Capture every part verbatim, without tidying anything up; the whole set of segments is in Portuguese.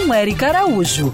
com Érica Araújo.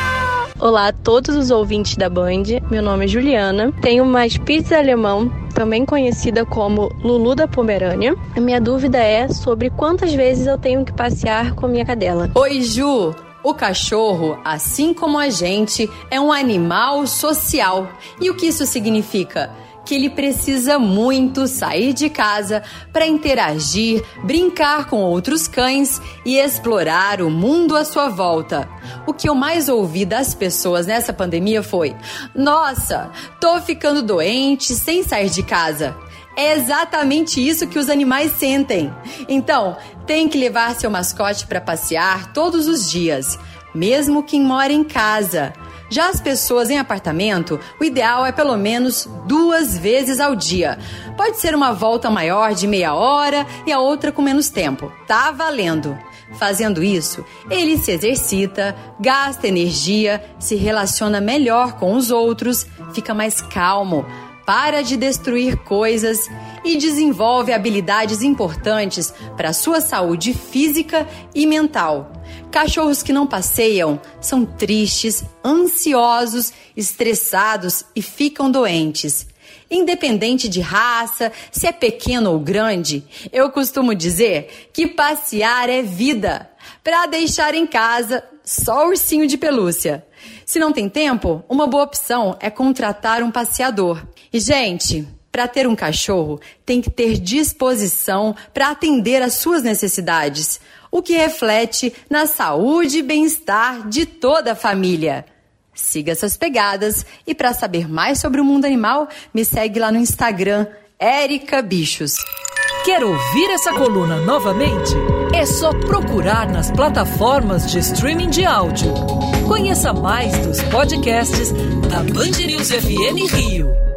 Olá a todos os ouvintes da Band, meu nome é Juliana, tenho uma Spitz alemão, também conhecida como Lulu da Pomerânia. A minha dúvida é sobre quantas vezes eu tenho que passear com a minha cadela. Oi, Ju! O cachorro, assim como a gente, é um animal social. E o que isso significa? Que ele precisa muito sair de casa para interagir, brincar com outros cães e explorar o mundo à sua volta. O que eu mais ouvi das pessoas nessa pandemia foi: nossa, tô ficando doente sem sair de casa. É exatamente isso que os animais sentem. Então, tem que levar seu mascote para passear todos os dias, mesmo quem mora em casa. Já as pessoas em apartamento, o ideal é pelo menos duas vezes ao dia. Pode ser uma volta maior de meia hora e a outra com menos tempo. Tá valendo! Fazendo isso, ele se exercita, gasta energia, se relaciona melhor com os outros, fica mais calmo, para de destruir coisas e desenvolve habilidades importantes para a sua saúde física e mental. Cachorros que não passeiam são tristes, ansiosos, estressados e ficam doentes. Independente de raça, se é pequeno ou grande, eu costumo dizer que passear é vida. Para deixar em casa, só ursinho de pelúcia. Se não tem tempo, uma boa opção é contratar um passeador. E, gente, para ter um cachorro, tem que ter disposição para atender às suas necessidades, o que reflete na saúde e bem-estar de toda a família. Siga essas pegadas e para saber mais sobre o mundo animal, me segue lá no Instagram, Érica Bichos. Quer ouvir essa coluna novamente? É só procurar nas plataformas de streaming de áudio. Conheça mais dos podcasts da Band News F M Rio.